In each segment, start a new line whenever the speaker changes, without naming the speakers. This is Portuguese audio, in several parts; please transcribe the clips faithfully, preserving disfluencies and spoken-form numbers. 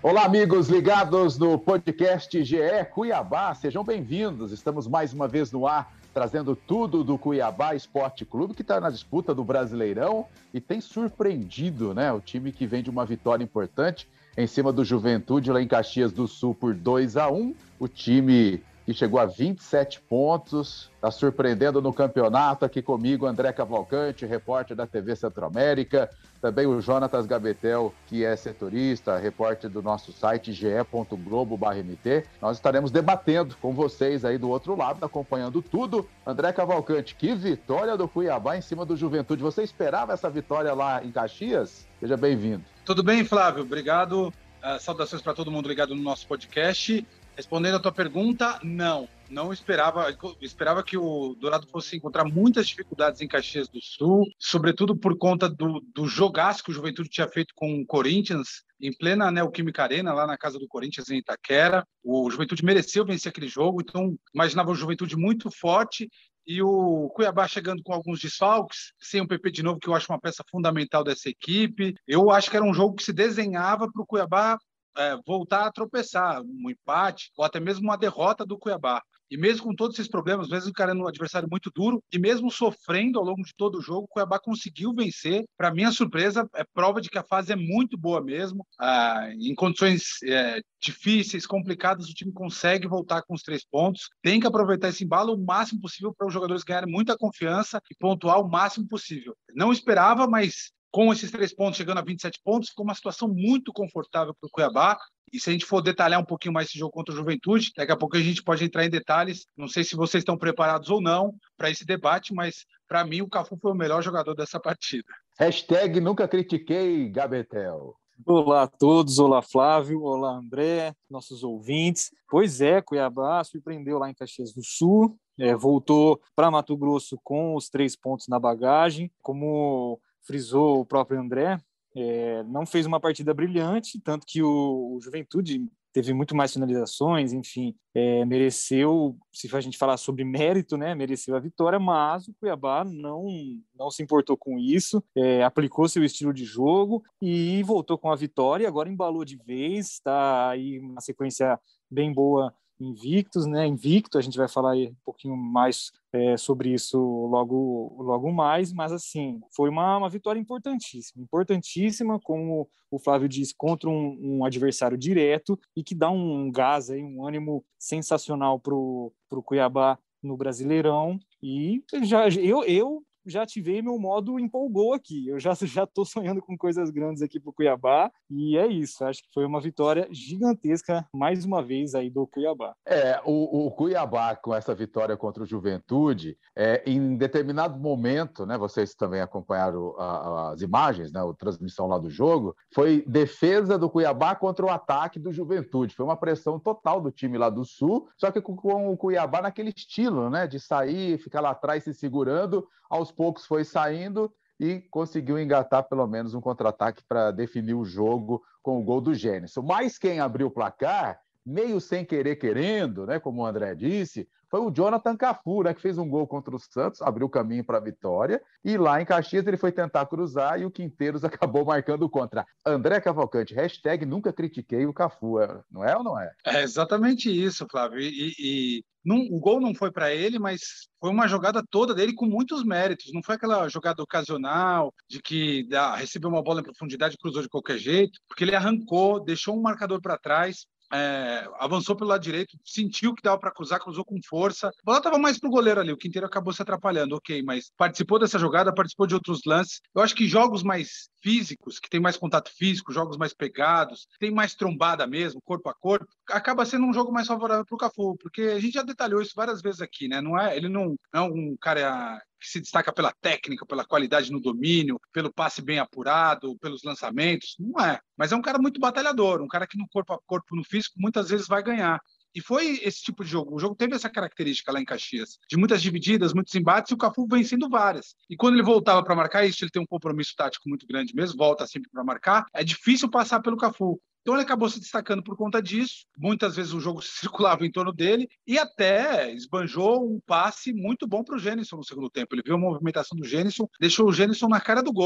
Olá, amigos ligados no podcast G E Cuiabá, sejam bem-vindos. Estamos mais uma vez no ar, trazendo tudo do Cuiabá Esporte Clube, que está na disputa do Brasileirão e tem surpreendido, né? O time que vem de uma vitória importante em cima do Juventude lá em Caxias do Sul por dois a um. O time que chegou a vinte e sete pontos, está surpreendendo no campeonato. Aqui comigo, André Cavalcante, repórter da T V Centro-América, também o Jonatas Gabetel, que é setorista, repórter do nosso site ge ponto globo barra eme tê. Nós estaremos debatendo com vocês aí do outro lado, acompanhando tudo. André Cavalcante, que vitória do Cuiabá em cima do Juventude. Você esperava essa vitória lá em Caxias? Seja bem-vindo.
Tudo bem, Flávio? Obrigado. Uh, saudações para todo mundo ligado no nosso podcast. Respondendo a tua pergunta, não, não esperava, esperava que o Dourado fosse encontrar muitas dificuldades em Caxias do Sul, sobretudo por conta do, do jogaço que o Juventude tinha feito com o Corinthians, em plena Neoquímica Arena, lá na casa do Corinthians, em Itaquera. O Juventude mereceu vencer aquele jogo, então imaginava o Juventude muito forte, e o Cuiabá chegando com alguns desfalques, sem o P P de novo, que eu acho uma peça fundamental dessa equipe. Eu acho que era um jogo que se desenhava para o Cuiabá É, voltar a tropeçar, um empate ou até mesmo uma derrota do Cuiabá. E mesmo com todos esses problemas, mesmo encarando um adversário muito duro e mesmo sofrendo ao longo de todo o jogo, o Cuiabá conseguiu vencer. Para minha surpresa, é prova de que a fase é muito boa mesmo. Ah, em condições é, difíceis, complicadas, o time consegue voltar com os três pontos. Tem que aproveitar esse embalo o máximo possível para os jogadores ganharem muita confiança e pontuar o máximo possível. Não esperava, mas com esses três pontos chegando a vinte e sete pontos, ficou uma situação muito confortável para o Cuiabá. E se a gente for detalhar um pouquinho mais esse jogo contra o Juventude, daqui a pouco a gente pode entrar em detalhes. Não sei se vocês estão preparados ou não para esse debate, mas para mim o Cafu foi o melhor jogador dessa partida.
Hashtag nunca critiquei, Gabetel.
Olá a todos, olá Flávio, olá André, nossos ouvintes. Pois é, Cuiabá surpreendeu lá em Caxias do Sul, é, voltou para Mato Grosso com os três pontos na bagagem, como frisou o próprio André, é, não fez uma partida brilhante, tanto que o, o Juventude teve muito mais finalizações, enfim, é, mereceu, se a gente falar sobre mérito, né, mereceu a vitória, mas o Cuiabá não, não se importou com isso, é, aplicou seu estilo de jogo e voltou com a vitória, agora embalou de vez, está aí uma sequência bem boa invictos, né? Invicto, a gente vai falar aí um pouquinho mais é, sobre isso logo, logo mais, mas assim, foi uma, uma vitória importantíssima, importantíssima, como o Flávio disse, contra um, um adversário direto e que dá um gás aí, um ânimo sensacional pro, pro Cuiabá no Brasileirão. E já, eu, eu já ativei meu modo empolgou aqui. Eu já já estou sonhando com coisas grandes aqui para o Cuiabá e é isso. Acho que foi uma vitória gigantesca mais uma vez aí do Cuiabá.
É, o, o Cuiabá com essa vitória contra o Juventude, é, em determinado momento, né? Vocês também acompanharam a, as imagens, né? A transmissão lá do jogo, foi defesa do Cuiabá contra o ataque do Juventude. Foi uma pressão total do time lá do Sul, só que com, com o Cuiabá naquele estilo, né? De sair, ficar lá atrás se segurando. Aos poucos foi saindo e conseguiu engatar pelo menos um contra-ataque para definir o jogo com o gol do Gênison. Mas quem abriu o placar, meio sem querer querendo, né, como o André disse, foi o Jonathan Cafu, né, que fez um gol contra o Santos, abriu o caminho para a vitória, e lá em Caxias ele foi tentar cruzar e o Quinteiros acabou marcando contra. André Cavalcante, hashtag nunca critiquei o Cafu, não é ou não é?
É exatamente isso, Flávio, e... e... Não, o gol não foi para ele, mas foi uma jogada toda dele com muitos méritos. Não foi aquela jogada ocasional de que ah, recebeu uma bola em profundidade e cruzou de qualquer jeito, porque ele arrancou, deixou um marcador para trás, é, avançou pelo lado direito, sentiu que dava para cruzar, cruzou com força. A bola estava mais pro goleiro ali, o Quinteiro acabou se atrapalhando, ok, mas participou dessa jogada, participou de outros lances. Eu acho que jogos mais físicos, que tem mais contato físico, jogos mais pegados, tem mais trombada mesmo, corpo a corpo, acaba sendo um jogo mais favorável para o Cafu, porque a gente já detalhou isso várias vezes aqui, né? Não é, ele não é um cara que se destaca pela técnica, pela qualidade no domínio, pelo passe bem apurado, pelos lançamentos, não é. Mas é um cara muito batalhador, um cara que no corpo a corpo, no físico, muitas vezes vai ganhar. E foi esse tipo de jogo. O jogo teve essa característica lá em Caxias, de muitas divididas, muitos embates, e o Cafu vencendo várias. E quando ele voltava para marcar, isso ele tem um compromisso tático muito grande mesmo, volta sempre para marcar, é difícil passar pelo Cafu. Então ele acabou se destacando por conta disso. Muitas vezes o jogo circulava em torno dele e até esbanjou um passe muito bom para o Gênison no segundo tempo. Ele viu a movimentação do Gênison, deixou o Gênison na cara do gol.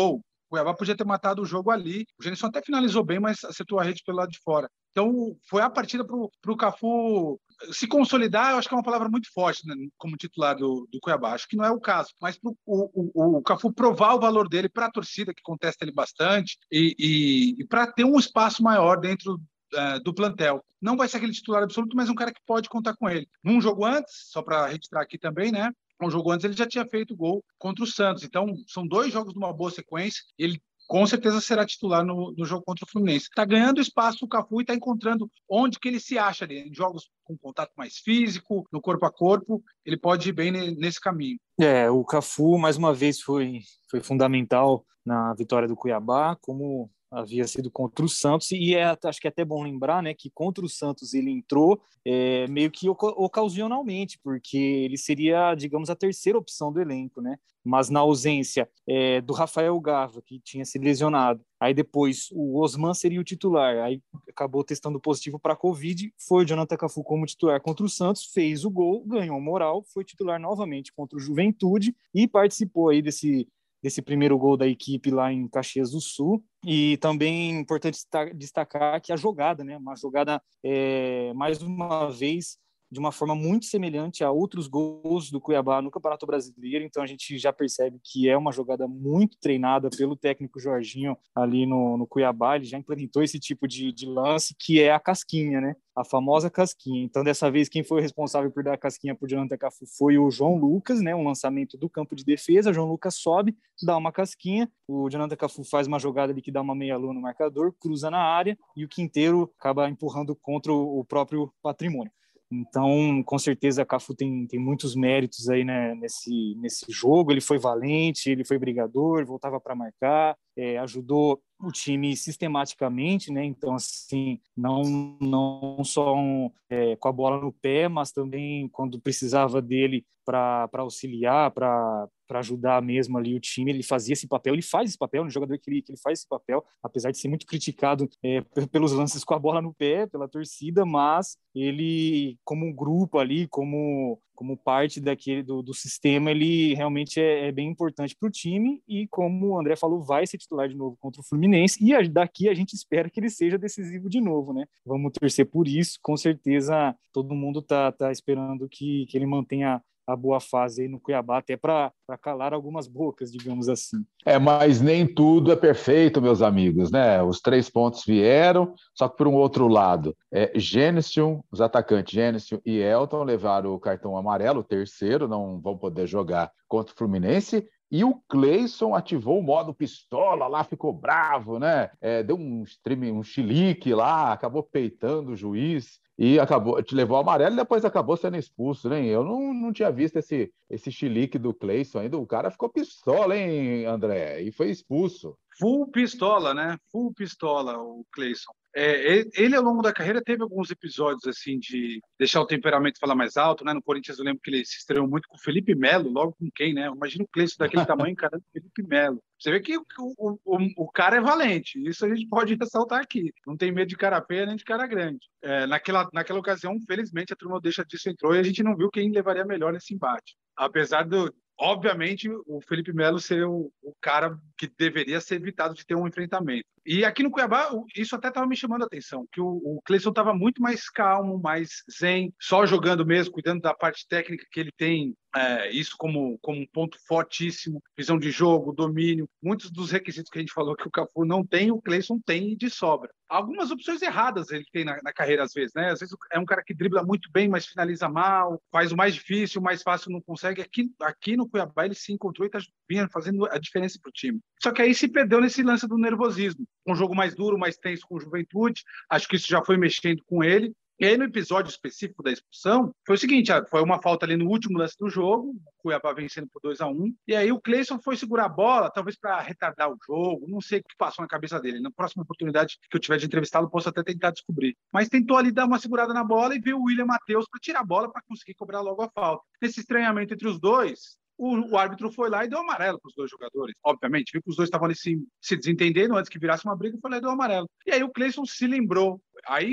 Cuiabá podia ter matado o jogo ali. O Genisson até finalizou bem, mas acertou a rede pelo lado de fora. Então, foi a partida para o Cafu se consolidar. Eu acho que é uma palavra muito forte, né, como titular do, do Cuiabá. Acho que não é o caso, mas para o, o, o Cafu provar o valor dele para a torcida, que contesta ele bastante, e, e, e para ter um espaço maior dentro uh, do plantel. Não vai ser aquele titular absoluto, mas um cara que pode contar com ele. Num jogo antes, só para registrar aqui também, né? Um jogo antes ele já tinha feito gol contra o Santos. Então, são dois jogos numa boa sequência. Ele com certeza será titular no, no jogo contra o Fluminense. Está ganhando espaço o Cafu e está encontrando onde que ele se acha ali. Em jogos com contato mais físico, no corpo a corpo, ele pode ir bem nesse caminho.
É, o Cafu, mais uma vez, foi, foi fundamental na vitória do Cuiabá, como havia sido contra o Santos, e é, acho que é até bom lembrar, né, que contra o Santos ele entrou é, meio que ocasionalmente, porque ele seria, digamos, a terceira opção do elenco, né, mas na ausência é, do Rafael Gava, que tinha se lesionado, aí depois o Osman seria o titular, aí acabou testando positivo para a Covid, foi o Jonathan Cafu como titular contra o Santos, fez o gol, ganhou moral, foi titular novamente contra o Juventude e participou aí desse desse primeiro gol da equipe lá em Caxias do Sul. E também é importante destacar que a jogada, né, uma jogada, é, mais uma vez, de uma forma muito semelhante a outros gols do Cuiabá no Campeonato Brasileiro, então a gente já percebe que é uma jogada muito treinada pelo técnico Jorginho ali no, no Cuiabá, ele já implementou esse tipo de, de lance, que é a casquinha, né? A famosa casquinha. Então, dessa vez, quem foi o responsável por dar a casquinha para o Jonathan Cafu foi o João Lucas, né? Um lançamento do campo de defesa, o João Lucas sobe, dá uma casquinha, o Jonathan Cafu faz uma jogada ali que dá uma meia-lua no marcador, cruza na área e o Quinteiro acaba empurrando contra o próprio Patrimônio. Então, com certeza, a Cafu tem, tem muitos méritos aí, né, nesse, nesse jogo. Ele foi valente, ele foi brigador, voltava para marcar, é, ajudou o time sistematicamente, né? Então, assim, não, não só um, é, com a bola no pé, mas também quando precisava dele para auxiliar, para ajudar mesmo ali o time, ele fazia esse papel, ele faz esse papel, no jogador que ele, que ele faz esse papel, apesar de ser muito criticado é, pelos lances com a bola no pé, pela torcida, mas ele, como um grupo ali, como, como parte daquele, do, do sistema, ele realmente é, é bem importante para o time e, como o André falou, vai ser titular de novo contra o Fluminense e daqui a gente espera que ele seja decisivo de novo, né? Vamos torcer por isso, com certeza todo mundo tá, tá esperando que, que ele mantenha a boa fase aí no Cuiabá, até para calar algumas bocas, digamos assim.
É, mas nem tudo é perfeito, meus amigos, né? Os três pontos vieram, só que por um outro lado, é, Genisson, os atacantes Genisson e Elton levaram o cartão amarelo, o terceiro, não vão poder jogar contra o Fluminense, e o Cleison ativou o modo pistola lá, ficou bravo, né? É, deu um, stream, um chilique lá, acabou peitando o juiz e acabou, te levou ao amarelo e depois acabou sendo expulso, né? Eu não, não tinha visto esse, esse chilique do Cleison ainda. O cara ficou pistola, hein, André? E foi expulso.
Full pistola, né? Full pistola, o Cleison. É, ele, ao longo da carreira, teve alguns episódios assim de deixar o temperamento falar mais alto, né? No Corinthians, eu lembro que ele se estreou muito com o Felipe Melo, logo com quem, né? Imagina o Cleison daquele tamanho encarando o Felipe Melo. Você vê que o, o, o, o cara é valente, isso a gente pode ressaltar aqui. Não tem medo de cara feia nem de cara grande. É, naquela, naquela ocasião, felizmente, a turma deixa disso entrou e a gente não viu quem levaria melhor nesse embate. Apesar do... Obviamente, o Felipe Melo ser o, o cara que deveria ser evitado de ter um enfrentamento. E aqui no Cuiabá, isso até estava me chamando a atenção, que o, o Cleison estava muito mais calmo, mais zen, só jogando mesmo, cuidando da parte técnica que ele tem, é, isso como, como um ponto fortíssimo, visão de jogo, domínio, muitos dos requisitos que a gente falou que o Cafu não tem, o Cleison tem de sobra. Algumas opções erradas ele tem na, na carreira às vezes, né? Às vezes é um cara que dribla muito bem, mas finaliza mal, faz o mais difícil, o mais fácil não consegue. Aqui, aqui no Cuiabá ele se encontrou e está fazendo a diferença para o time. Só que aí se perdeu nesse lance do nervosismo. Um jogo mais duro, mais tenso com o Juventude, acho que isso já foi mexendo com ele. E aí, no episódio específico da expulsão, foi o seguinte, foi uma falta ali no último lance do jogo, o Cuiabá vencendo por dois a um, e aí o Cleison foi segurar a bola, talvez para retardar o jogo, não sei o que passou na cabeça dele. Na próxima oportunidade que eu tiver de entrevistá-lo, posso até tentar descobrir. Mas tentou ali dar uma segurada na bola e viu o William Matheus para tirar a bola para conseguir cobrar logo a falta. Nesse estranhamento entre os dois, O, o árbitro foi lá e deu amarelo para os dois jogadores. Obviamente, viu que os dois estavam ali se, se desentendendo antes que virasse uma briga, foi lá e deu amarelo. E aí o Cleison se lembrou. Aí o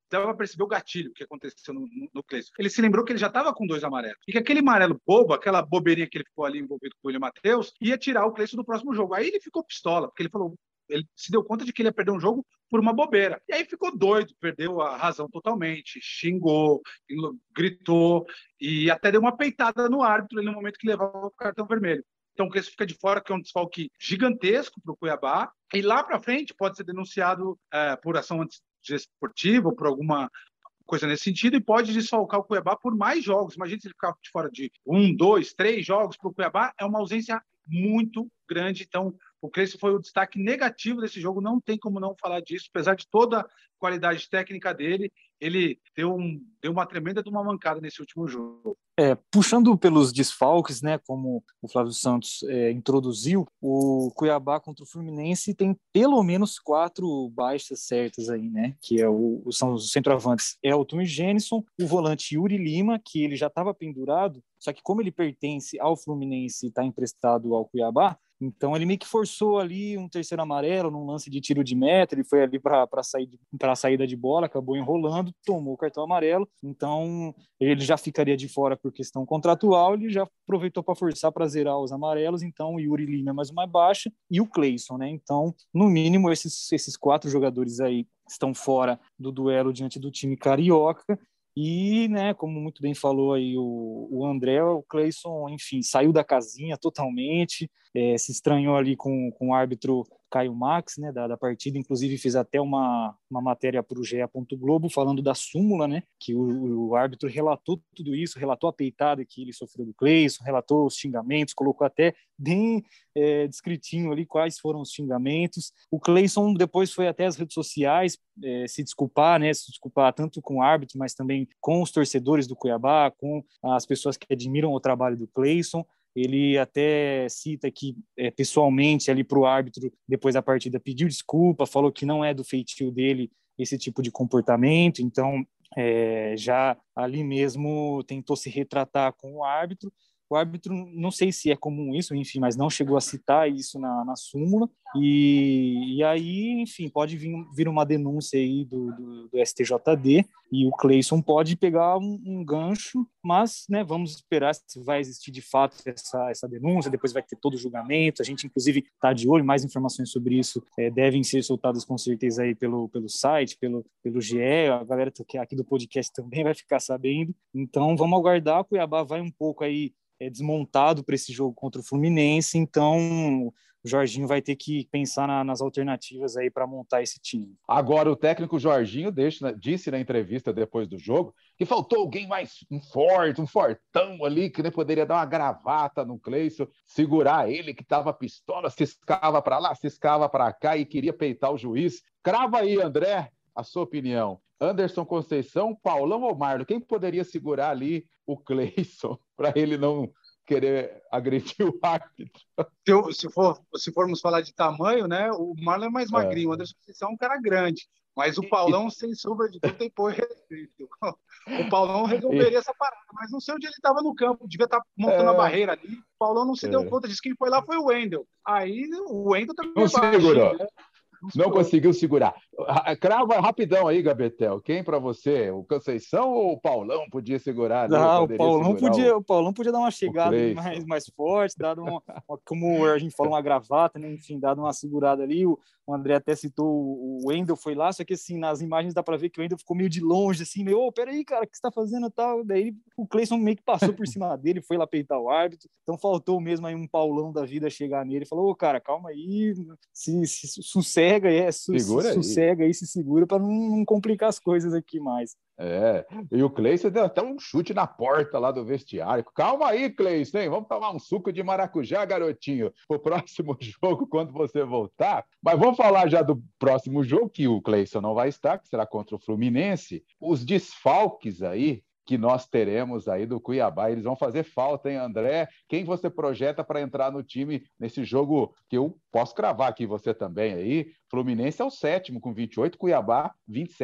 dava para perceber o gatilho que aconteceu no, no, no Cleison. Ele se lembrou que ele já estava com dois amarelos. E que aquele amarelo bobo, aquela bobeirinha que ele ficou ali envolvido com o William Matheus, ia tirar o Cleison do próximo jogo. Aí ele ficou pistola, porque ele falou, ele se deu conta de que ele ia perder um jogo por uma bobeira. E aí ficou doido, perdeu a razão totalmente, xingou, gritou e até deu uma peitada no árbitro no momento que levava o cartão vermelho. Então o Cleison fica de fora, que é um desfalque gigantesco para o Cuiabá, e lá para frente pode ser denunciado é, por ação antidesportiva ou por alguma coisa nesse sentido, e pode desfalcar o Cuiabá por mais jogos. Imagina se ele ficar de fora de um, dois, três jogos para o Cuiabá, é uma ausência muito grande. Então o Cleison foi o destaque negativo desse jogo, não tem como não falar disso, apesar de toda a qualidade técnica dele, ele deu, um, deu uma tremenda de uma mancada nesse último jogo.
É, puxando pelos desfalques, né, como o Flávio Santos é, introduziu, o Cuiabá contra o Fluminense tem pelo menos quatro baixas certas aí, né, que é o, são os centroavantes Elton e Gênison, o volante Yuri Lima, que ele já estava pendurado, só que como ele pertence ao Fluminense e está emprestado ao Cuiabá, então ele meio que forçou ali um terceiro amarelo num lance de tiro de meta, ele foi ali para a saída de bola, acabou enrolando, tomou o cartão amarelo, então ele já ficaria de fora por questão contratual, ele já aproveitou para forçar para zerar os amarelos, então o Yuri Lima é mais uma baixa e o Cleison, né? Então, no mínimo, esses, esses quatro jogadores aí estão fora do duelo diante do time carioca. E, né, como muito bem falou aí o, o André, o Cleison, enfim, saiu da casinha totalmente, é, se estranhou ali com, com o árbitro Caio Max, né, da, da partida, inclusive fez até uma, uma matéria para o G E. Globo falando da súmula, né, que o, o árbitro relatou tudo isso, relatou a peitada que ele sofreu do Cleison, relatou os xingamentos, colocou até bem é, descritinho ali quais foram os xingamentos. O Cleison depois foi até as redes sociais é, se desculpar, né, se desculpar tanto com o árbitro, mas também com os torcedores do Cuiabá, com as pessoas que admiram o trabalho do Cleison. Ele até cita que é, pessoalmente ali para o árbitro, depois da partida, pediu desculpa, falou que não é do feitio dele esse tipo de comportamento, então é, já ali mesmo tentou se retratar com o árbitro. O árbitro, não sei se é comum isso, enfim, mas não chegou a citar isso na, na súmula. E, e aí, enfim, pode vir, vir uma denúncia aí do, do, do S T J D e o Cleison pode pegar um, um gancho, mas, né, vamos esperar se vai existir de fato essa, essa denúncia, depois vai ter todo o julgamento. A gente, inclusive, está de olho, mais informações sobre isso é, devem ser soltadas com certeza aí pelo, pelo site, pelo, pelo G E, a galera que é aqui do podcast também vai ficar sabendo. Então, vamos aguardar. O Cuiabá vai um pouco aí é desmontado para esse jogo contra o Fluminense, então o Jorginho vai ter que pensar na, nas alternativas aí para montar esse time.
Agora, o técnico Jorginho deixa, disse na entrevista depois do jogo que faltou alguém mais um forte, um fortão ali, que nem poderia dar uma gravata no Cleison, segurar ele, que estava pistola, ciscava para lá, ciscava para cá e queria peitar o juiz. Crava aí, André, a sua opinião. Anderson Conceição, Paulão ou Marlon? Quem poderia segurar ali o Cleison para ele não querer agredir o árbitro?
Se, eu, se, for, se formos falar de tamanho, né, o Marlon é mais magrinho, é. O Anderson Conceição é um cara grande, mas o Paulão, sem sombra de dúvida, tem por respeito. O Paulão resolveria e... essa parada, mas não sei onde ele estava no campo, devia estar montando é... a barreira ali. O Paulão não se é. deu conta disso, quem foi lá foi o Wendel. Aí o Wendel também
não segurou. Né? Não, não conseguiu segurar. Crava rapidão aí, Gabetel. Quem para você? O Conceição ou o Paulão podia segurar ali?
Não, o Paulão podia, o... o Paulão podia dar uma chegada mais, mais forte, dado uma, uma, como a gente fala, uma gravata, né? Enfim, dado uma segurada ali. O, o André até citou o Wendel foi lá, só que assim, nas imagens dá para ver que o Wendel ficou meio de longe, assim, meio, ô, oh, peraí, cara, o que você tá fazendo tal? Daí o Cleison meio que passou por cima dele, foi lá peitar o árbitro. Então faltou mesmo aí um Paulão da vida chegar nele e falou, ô, oh, cara, calma aí, se, se sossega. É, su
segura
sossega aí, se segura para não, não complicar as coisas aqui mais.
É, e o Cleison deu até um chute na porta lá do vestiário. Calma aí, Cleison, hein? Vamos tomar um suco de maracujá, garotinho, pro próximo jogo, quando você voltar. Mas vamos falar já do próximo jogo, que o Cleison não vai estar, que será contra o Fluminense. Os desfalques aí que nós teremos aí do Cuiabá, eles vão fazer falta, hein, André? Quem você projeta para entrar no time nesse jogo que eu posso cravar aqui, você também aí? Fluminense é o sétimo com vinte e oito, Cuiabá vinte e sete.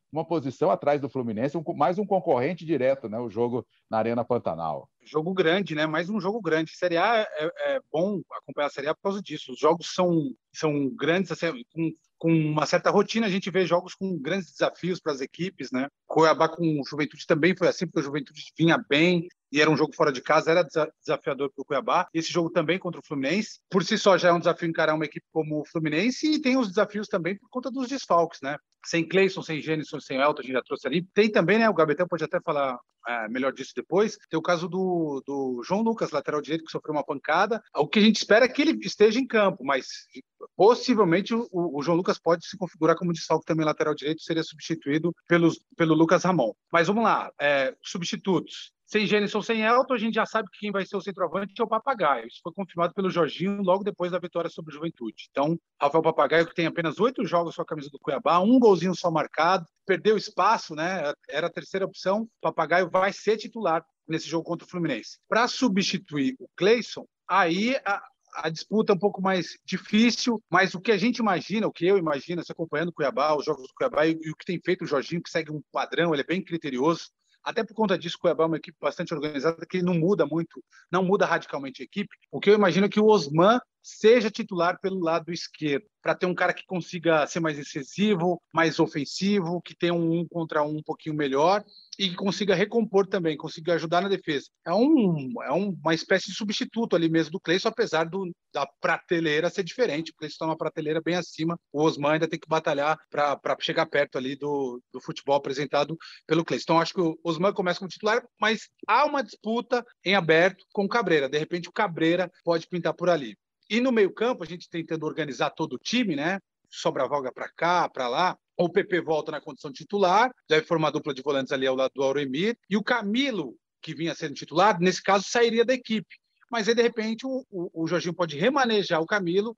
uma posição atrás do Fluminense, um, mais um concorrente direto, né? O jogo na Arena Pantanal.
Jogo grande, né? Mais um jogo grande. Série A é, é bom acompanhar a Série A por causa disso. Os jogos são, são grandes, assim, com, com uma certa rotina. A gente vê jogos com grandes desafios para as equipes, né? Cuiabá com o Juventude também foi assim, porque o Juventude vinha bem e era um jogo fora de casa, era desafiador para o Cuiabá. Esse jogo também contra o Fluminense. Por si só já é um desafio encarar uma equipe como o Fluminense e tem os desafios também por conta dos desfalques, né? Sem Cleison, sem Gênison, sem Elton, a gente já trouxe ali. Tem também, né? O Gabetão pode até falar é, melhor disso depois. Tem o caso do, do João Lucas, lateral direito, que sofreu uma pancada. O que a gente espera é que ele esteja em campo, mas possivelmente o, o João Lucas pode se configurar como desfalque também lateral direito, seria substituído pelos, pelo Lucas Ramon. Mas vamos lá, é, substitutos. Sem Gênison, sem Elton, a gente já sabe que quem vai ser o centroavante é o Papagaio. Isso foi confirmado pelo Jorginho logo depois da vitória sobre o Juventude. Então, Rafael Papagaio, que tem apenas oito jogos com a camisa do Cuiabá, um golzinho só marcado, perdeu espaço, né? Era a terceira opção. Papagaio vai ser titular nesse jogo contra o Fluminense. Para substituir o Cleison, aí a, a disputa é um pouco mais difícil, mas o que a gente imagina, o que eu imagino, se acompanhando o Cuiabá, os jogos do Cuiabá e, e o que tem feito o Jorginho, que segue um padrão, ele é bem criterioso. Até por conta disso, o Cuiabá é uma equipe bastante organizada, que não muda muito, não muda radicalmente a equipe. O que eu imagino é que o Osman seja titular pelo lado esquerdo, para ter um cara que consiga ser mais incisivo, mais ofensivo, que tenha um um contra um um pouquinho melhor e que consiga recompor também, consiga ajudar na defesa. É, um, é uma espécie de substituto ali mesmo do Cleison, apesar do, da prateleira ser diferente. O Cleison está uma prateleira bem acima, o Osman ainda tem que batalhar para chegar perto ali do, do futebol apresentado pelo Cleison. Então, acho que o Osman começa como titular, mas há uma disputa em aberto com o Cabreira. De repente, o Cabreira pode pintar por ali. E no meio-campo, a gente tentando organizar todo o time, né? Sobra vaga para cá, para lá. O P P volta na condição de titular, deve formar dupla de volantes ali ao lado do Auremir. E o Camilo, que vinha sendo titular, nesse caso, sairia da equipe. Mas aí, de repente, o, o, o Jorginho pode remanejar o Camilo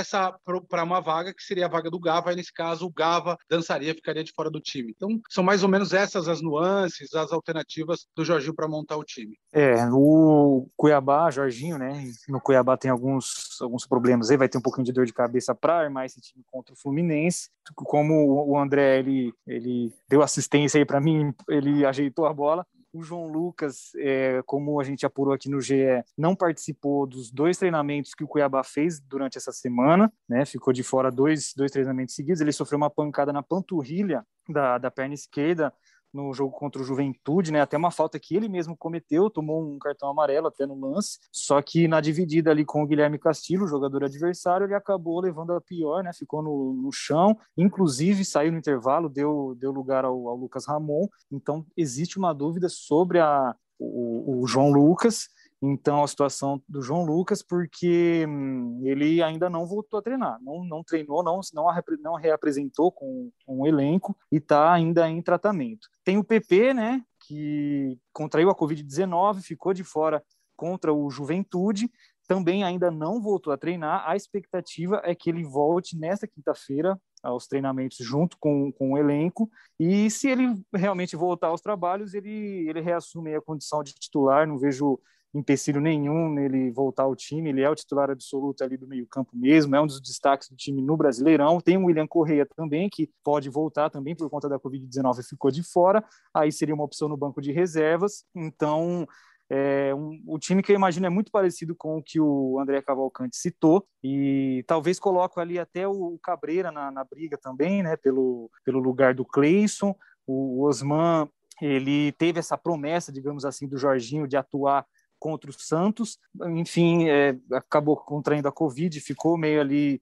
para uma vaga que seria a vaga do Gava, e nesse caso o Gava dançaria, ficaria de fora do time. Então, são mais ou menos essas as nuances, as alternativas do Jorginho para montar o time.
É, o Cuiabá, Jorginho, né? No Cuiabá tem alguns, alguns problemas aí, vai ter um pouquinho de dor de cabeça para armar esse time contra o Fluminense. Como o André, ele, ele deu assistência aí para mim, ele ajeitou a bola. O João Lucas, é, como a gente apurou aqui no G E, não participou dos dois treinamentos que o Cuiabá fez durante essa semana, né? Ficou de fora dois, dois treinamentos seguidos. Ele sofreu uma pancada na panturrilha da, da perna esquerda no jogo contra o Juventude, né? Até uma falta que ele mesmo cometeu, tomou um cartão amarelo até no lance, só que na dividida ali com o Guilherme Castilho, o jogador adversário, ele acabou levando a pior, né? Ficou no, no chão, inclusive saiu no intervalo, deu, deu lugar ao, ao Lucas Ramon. Então existe uma dúvida sobre a, o, o João Lucas. Então, a situação do João Lucas, porque hum, ele ainda não voltou a treinar, não, não treinou, não, não, não reapresentou com, com o elenco e está ainda em tratamento. Tem o P P, né, que contraiu a covid dezenove, ficou de fora contra o Juventude, também ainda não voltou a treinar. A expectativa é que ele volte nesta quinta-feira aos treinamentos junto com, com o elenco, e se ele realmente voltar aos trabalhos, ele, ele reassume a condição de titular. Não vejo empecilho nenhum nele voltar ao time. Ele é o titular absoluto ali do meio-campo mesmo, é um dos destaques do time no Brasileirão. Tem o William Correia também, que pode voltar também por conta da covid dezenove, ficou de fora, aí seria uma opção no banco de reservas. Então, é, um, o time que eu imagino é muito parecido com o que o André Cavalcante citou, e talvez coloque ali até o Cabreira na, na briga também, né, pelo, pelo lugar do Cleison. O Osman, ele teve essa promessa, digamos assim, do Jorginho de atuar contra o Santos, enfim, é, acabou contraindo a Covid, ficou meio ali,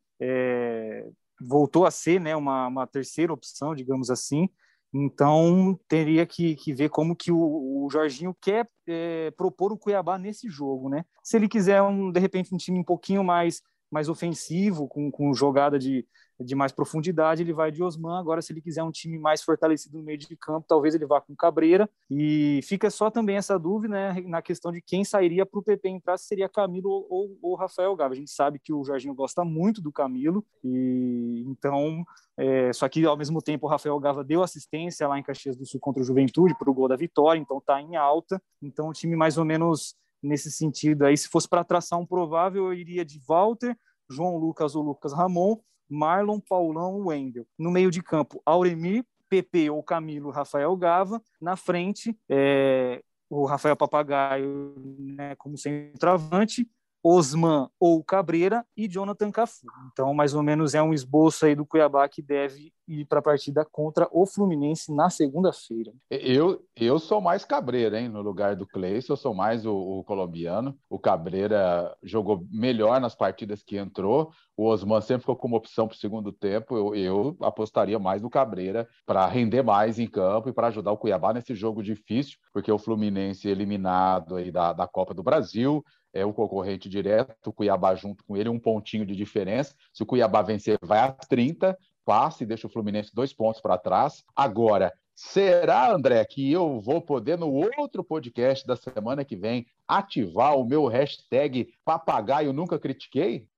é, voltou a ser, né, uma, uma terceira opção, digamos assim. Então teria que, que ver como que o, o Jorginho quer é, propor o Cuiabá nesse jogo, né? Se ele quiser, um, de repente, um time um pouquinho mais, mais ofensivo, com, com jogada de, de mais profundidade, ele vai de Osman. Agora, se ele quiser um time mais fortalecido no meio de campo, talvez ele vá com Cabreira. E fica só também essa dúvida, né, na questão de quem sairia para o P P entrar, se seria Camilo ou, ou Rafael Gava. A gente sabe que o Jorginho gosta muito do Camilo, e então, é, só que ao mesmo tempo o Rafael Gava deu assistência lá em Caxias do Sul contra o Juventude para o gol da vitória, então está em alta. Então o time mais ou menos nesse sentido aí, se fosse para traçar um provável, eu iria de Walter, João Lucas ou Lucas Ramon, Marlon, Paulão, Wendel. No meio de campo, Auremir, P P ou Camilo, Rafael Gava. Na frente, é, o Rafael Papagaio, né, como centroavante, Osman ou Cabreira e Jonathan Cafu. Então, mais ou menos, é um esboço aí do Cuiabá que deve ir para a partida contra o Fluminense na segunda-feira.
Eu, eu sou mais Cabreira, hein? No lugar do Cleison, eu sou mais o, o colombiano. O Cabreira jogou melhor nas partidas que entrou. O Osman sempre ficou como opção para o segundo tempo. Eu, eu apostaria mais no Cabreira para render mais em campo e para ajudar o Cuiabá nesse jogo difícil, porque o Fluminense eliminado aí da, da Copa do Brasil, é o concorrente direto, o Cuiabá junto com ele, um pontinho de diferença. Se o Cuiabá vencer, vai a trinta, passa e deixa o Fluminense dois pontos para trás. Agora, será, André, que eu vou poder, no outro podcast da semana que vem, ativar o meu hashtag papagaio nunca critiquei?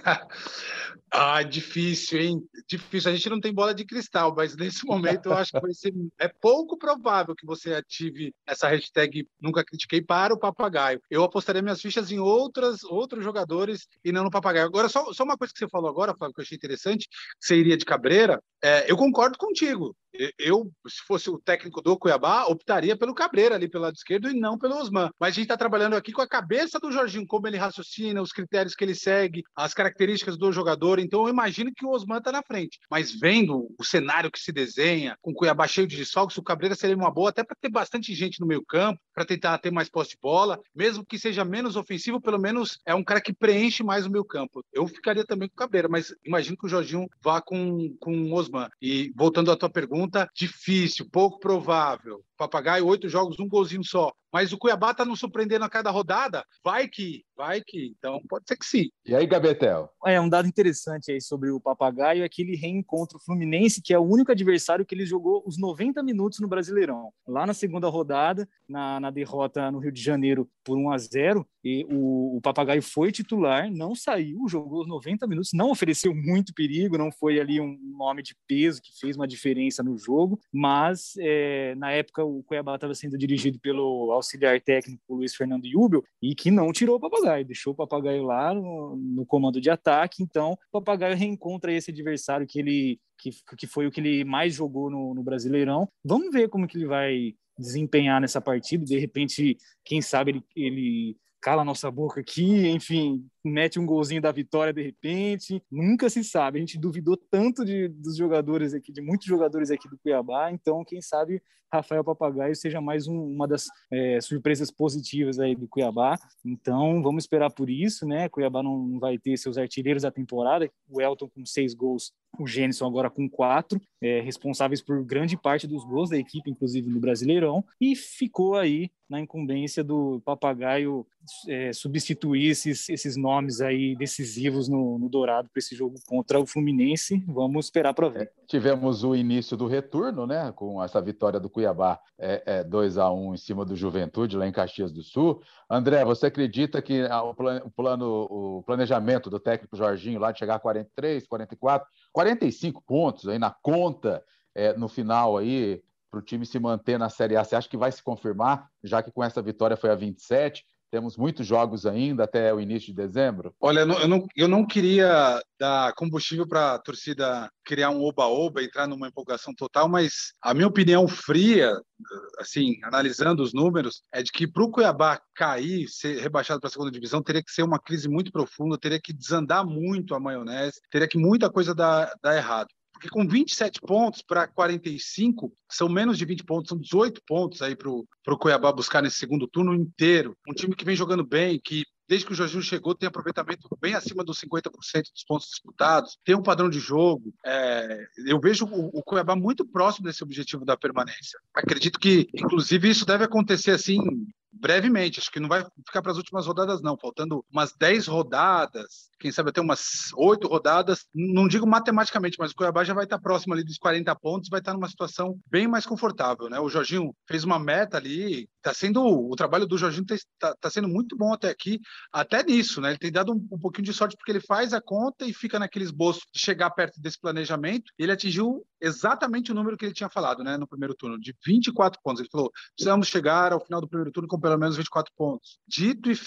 Ah, difícil, hein? Difícil. A gente não tem bola de cristal, mas nesse momento eu acho que vai ser... É pouco provável que você ative essa hashtag nunca critiquei para o papagaio. Eu apostaria minhas fichas em outras, outros jogadores e não no papagaio. Agora, só, só uma coisa que você falou agora, Flávio, que eu achei interessante, que você iria de Cabreira. É, eu concordo contigo. Eu, se fosse o técnico do Cuiabá, optaria pelo Cabreira ali pelo lado esquerdo e não pelo Osman. Mas a gente está trabalhando aqui com a cabeça do Jorginho, como ele raciocina, os critérios que ele segue, as características do jogador. Então eu imagino que o Osman está na frente. Mas vendo o cenário que se desenha, com o Cuiabá cheio de desfalques, o Cabreira seria uma boa, até para ter bastante gente no meio campo, para tentar ter mais posse de bola, mesmo que seja menos ofensivo, pelo menos é um cara que preenche mais o meio campo. Eu ficaria também com o Cabreira, mas imagino que o Jorginho vá com, com o Osman. E voltando à tua pergunta, difícil, pouco provável. Papagaio, oito jogos, um golzinho só. Mas o Cuiabá está nos surpreendendo a cada rodada. Vai que, vai que. Então, pode ser que sim.
E aí, Gabetel?
É, um dado interessante aí sobre o Papagaio é que ele reencontra o Fluminense, que é o único adversário que ele jogou os noventa minutos no Brasileirão. Lá na segunda rodada, na, na derrota no Rio de Janeiro por um a zero, e o, o Papagaio foi titular, não saiu, jogou os noventa minutos, não ofereceu muito perigo, não foi ali um nome de peso que fez uma diferença no jogo, mas é, na época o Cuiabá estava sendo dirigido pelo auxiliar técnico Luiz Fernando Jubel, e que não tirou o Papagaio, deixou o Papagaio lá no, no comando de ataque. Então o Papagaio reencontra esse adversário que ele que, que foi o que ele mais jogou no, no Brasileirão. Vamos ver como que ele vai desempenhar nessa partida. De repente, quem sabe ele, ele cala a nossa boca aqui, enfim, mete um golzinho da vitória de repente, nunca se sabe. A gente duvidou tanto de, dos jogadores aqui, de muitos jogadores aqui do Cuiabá, então quem sabe Rafael Papagaio seja mais um, uma das é, surpresas positivas aí do Cuiabá. Então vamos esperar por isso, né? Cuiabá não vai ter seus artilheiros da temporada, o Elton com seis gols, o Gênison agora com quatro, é, responsáveis por grande parte dos gols da equipe, inclusive no Brasileirão, e ficou aí na incumbência do Papagaio é, substituir esses, esses nomes aí decisivos no, no Dourado para esse jogo contra o Fluminense. Vamos esperar para ver.
É, tivemos o início do retorno, né, com essa vitória do Cuiabá é, é, dois a um em cima do Juventude, lá em Caxias do Sul. André, você acredita que o, plan, o, plano, o planejamento do técnico Jorginho lá de chegar a quarenta e três, quarenta e quatro, quarenta e cinco pontos aí na conta é, no final aí, para o time se manter na Série A, você acha que vai se confirmar, já que com essa vitória foi a vinte e sete? Temos muitos jogos ainda até o início de dezembro.
Olha, eu não, eu não, eu não queria dar combustível para a torcida criar um oba-oba, entrar numa empolgação total, mas a minha opinião fria, assim, analisando os números, é de que para o Cuiabá cair, ser rebaixado para a segunda divisão, teria que ser uma crise muito profunda, teria que desandar muito a maionese, teria que muita coisa dar, dar errado. Porque com vinte e sete pontos para quarenta e cinco, são menos de vinte pontos, são dezoito pontos aí para o Cuiabá buscar nesse segundo turno inteiro. Um time que vem jogando bem, que desde que o Jorginho chegou tem aproveitamento bem acima dos cinquenta por cento dos pontos disputados, tem um padrão de jogo. É, eu vejo o, o Cuiabá muito próximo desse objetivo da permanência. Acredito que, inclusive, isso deve acontecer assim brevemente, acho que não vai ficar para as últimas rodadas não, faltando umas dez rodadas, quem sabe até umas oito rodadas, não digo matematicamente, mas o Cuiabá já vai estar próximo ali dos quarenta pontos, vai estar numa situação bem mais confortável, né? O Jorginho fez uma meta ali, tá sendo, o trabalho do Jorginho está tá sendo muito bom até aqui, até nisso, né? Ele tem dado um, um pouquinho de sorte porque ele faz a conta e fica naquele esboço de chegar perto desse planejamento, ele atingiu exatamente o número que ele tinha falado, né, no primeiro turno, de vinte e quatro pontos. Ele falou, precisamos chegar ao final do primeiro turno com pelo menos vinte e quatro pontos. Dito e feito,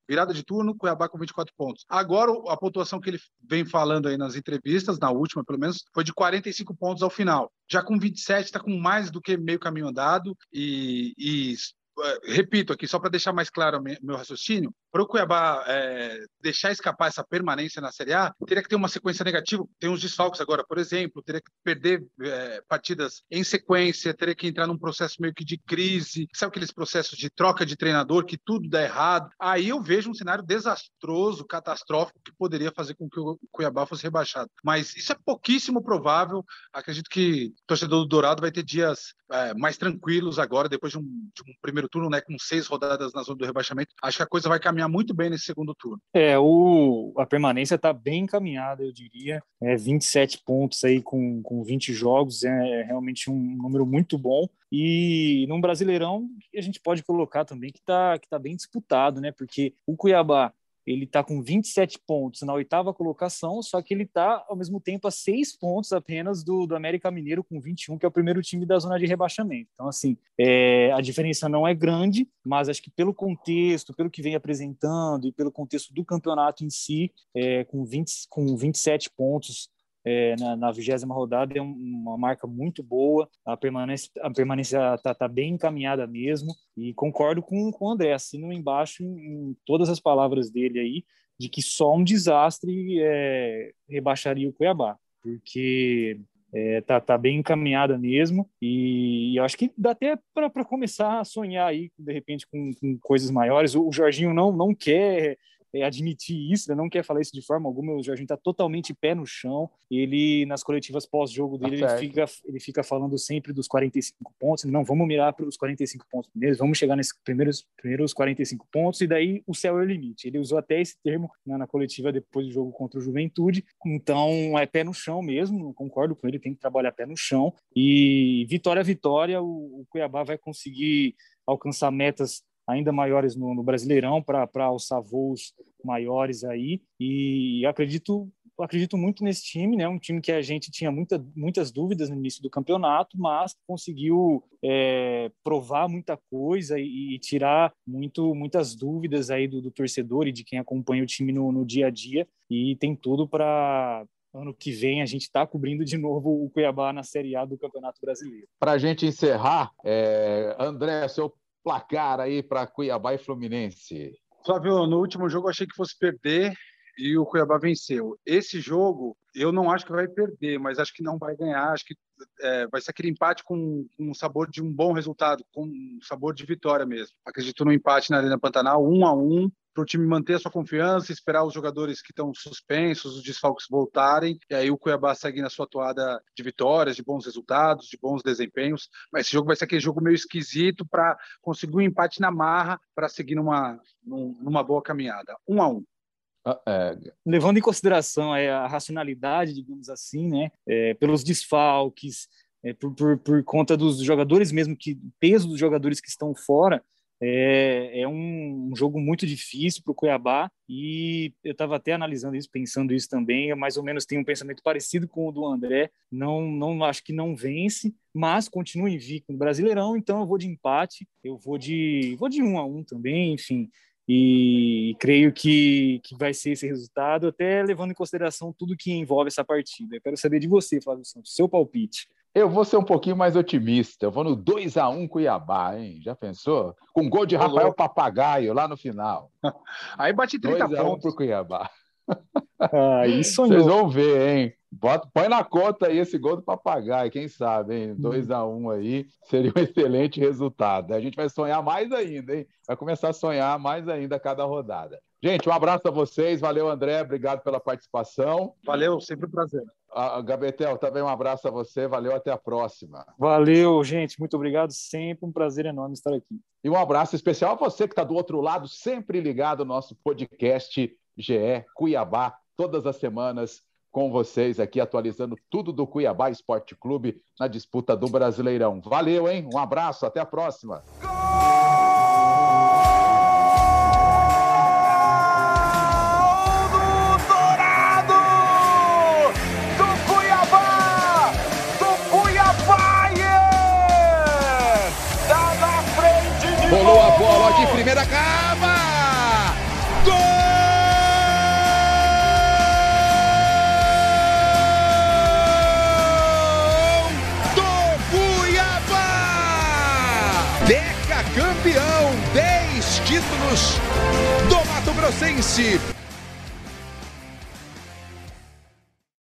Virada de turno, Cuiabá com vinte e quatro pontos. Agora, a pontuação que ele vem falando aí nas entrevistas, na última pelo menos, foi de quarenta e cinco pontos ao final. Já com vinte e sete, está com mais do que meio caminho andado e... e repito aqui, só para deixar mais claro o meu raciocínio, para o Cuiabá é, deixar escapar essa permanência na Série A, teria que ter uma sequência negativa. Tem uns desfalques agora, por exemplo, teria que perder é, partidas em sequência, teria que entrar num processo meio que de crise, sabe aqueles processos de troca de treinador, que tudo dá errado. Aí eu vejo um cenário desastroso, catastrófico, que poderia fazer com que o Cuiabá fosse rebaixado. Mas isso é pouquíssimo provável. Acredito que o torcedor do Dourado vai ter dias é, mais tranquilos agora, depois de um, de um primeiro turno, né, com seis rodadas na zona do rebaixamento. Acho que a coisa vai caminhar muito bem nesse segundo turno.
É, o, a permanência está bem encaminhada, eu diria. É, vinte e sete pontos aí com, com vinte jogos, é realmente um número muito bom. E num Brasileirão, a gente pode colocar também que está que tá bem disputado, né? Porque o Cuiabá, ele está com vinte e sete pontos na oitava colocação, só que ele está, ao mesmo tempo, a seis pontos apenas do, do América Mineiro com vinte e um, que é o primeiro time da zona de rebaixamento. Então, assim, é, a diferença não é grande, mas acho que pelo contexto, pelo que vem apresentando e pelo contexto do campeonato em si, é, com, vinte, com vinte e sete pontos É, na, na vigésima rodada é um, uma marca muito boa, a permanência a permanência está tá bem encaminhada mesmo, e concordo com, com o André, assino embaixo em, em todas as palavras dele aí, de que só um desastre é, rebaixaria o Cuiabá, porque é, tá, tá bem encaminhada mesmo, e, e eu acho que dá até para começar a sonhar aí, de repente, com, com coisas maiores. O, o Jorginho não, não quer É, admitir isso, né? Não quer falar isso de forma alguma. O Jorginho está totalmente pé no chão. Ele, nas coletivas pós-jogo dele,
tá
ele, fica, ele fica falando sempre dos quarenta e cinco pontos. Não, vamos mirar para os quarenta e cinco pontos primeiro, vamos chegar nesses primeiros, primeiros quarenta e cinco pontos, e daí o céu é o limite. Ele usou até esse termo, né, na coletiva depois do jogo contra o Juventude. Então, é pé no chão mesmo, concordo com ele, tem que trabalhar pé no chão. E vitória a vitória, o, o Cuiabá vai conseguir alcançar metas ainda maiores no, no Brasileirão, para alçar voos maiores aí, e acredito, acredito muito nesse time, né? Um time que a gente tinha muita, muitas dúvidas no início do campeonato, mas conseguiu é, provar muita coisa e, e tirar muito, muitas dúvidas aí do, do torcedor e de quem acompanha o time no, no dia a dia, e tem tudo para ano que vem a gente está cobrindo de novo o Cuiabá na Série A do Campeonato Brasileiro.
Para a gente encerrar, é... André, seu placar aí para Cuiabá e Fluminense.
Flávio, no último jogo eu achei que fosse perder e o Cuiabá venceu. Esse jogo eu não acho que vai perder, mas acho que não vai ganhar. Acho que é, vai ser aquele empate com um sabor de um bom resultado, com um sabor de vitória mesmo. Acredito no empate na Arena Pantanal, um a um, para o time manter a sua confiança, esperar os jogadores que estão suspensos, os desfalques voltarem, e aí o Cuiabá segue na sua toada de vitórias, de bons resultados, de bons desempenhos. Mas esse jogo vai ser aquele jogo meio esquisito para conseguir um empate na marra, para seguir numa, numa boa caminhada. Um a um.
É. Levando em consideração é, a racionalidade, digamos assim, né, é, pelos desfalques, é, por, por, por conta dos jogadores mesmo, que peso dos jogadores que estão fora, é, é um, um jogo muito difícil para o Cuiabá, e eu estava até analisando isso, pensando isso também. Eu mais ou menos tenho um pensamento parecido com o do André. Não, não acho que não vence, mas continua invicto no Brasileirão, então eu vou de empate, eu vou de, vou de um a um também, enfim. E creio que, que vai ser esse resultado, até levando em consideração tudo que envolve essa partida. Eu quero saber de você, Flávio Santos, seu palpite.
Eu vou ser um pouquinho mais otimista. Eu vou no dois a um Cuiabá, hein? Já pensou? Com gol de Rafael Papagaio lá no final.
Aí bate trinta pontos.
dois a um pro Cuiabá.
Ah, isso
Vocês vão ver, hein? Bota, põe na conta aí esse gol do Papagaio, quem sabe, hein? dois a um aí seria um excelente resultado. A gente vai sonhar mais ainda, hein? Vai começar a sonhar mais ainda a cada rodada. Gente, um abraço a vocês. Valeu, André. Obrigado pela participação.
Valeu, sempre um prazer.
A Gabetel, também um abraço a você. Valeu, até a próxima.
Valeu, gente. Muito obrigado. Sempre um prazer enorme estar aqui.
E um abraço especial a você que está do outro lado, sempre ligado no nosso podcast G E Cuiabá, todas as semanas com vocês aqui, atualizando tudo do Cuiabá Esporte Clube na disputa do Brasileirão. Valeu, hein? Um abraço, até a próxima.
Rolou a bola de primeira cava! títulos do Mato Grossense.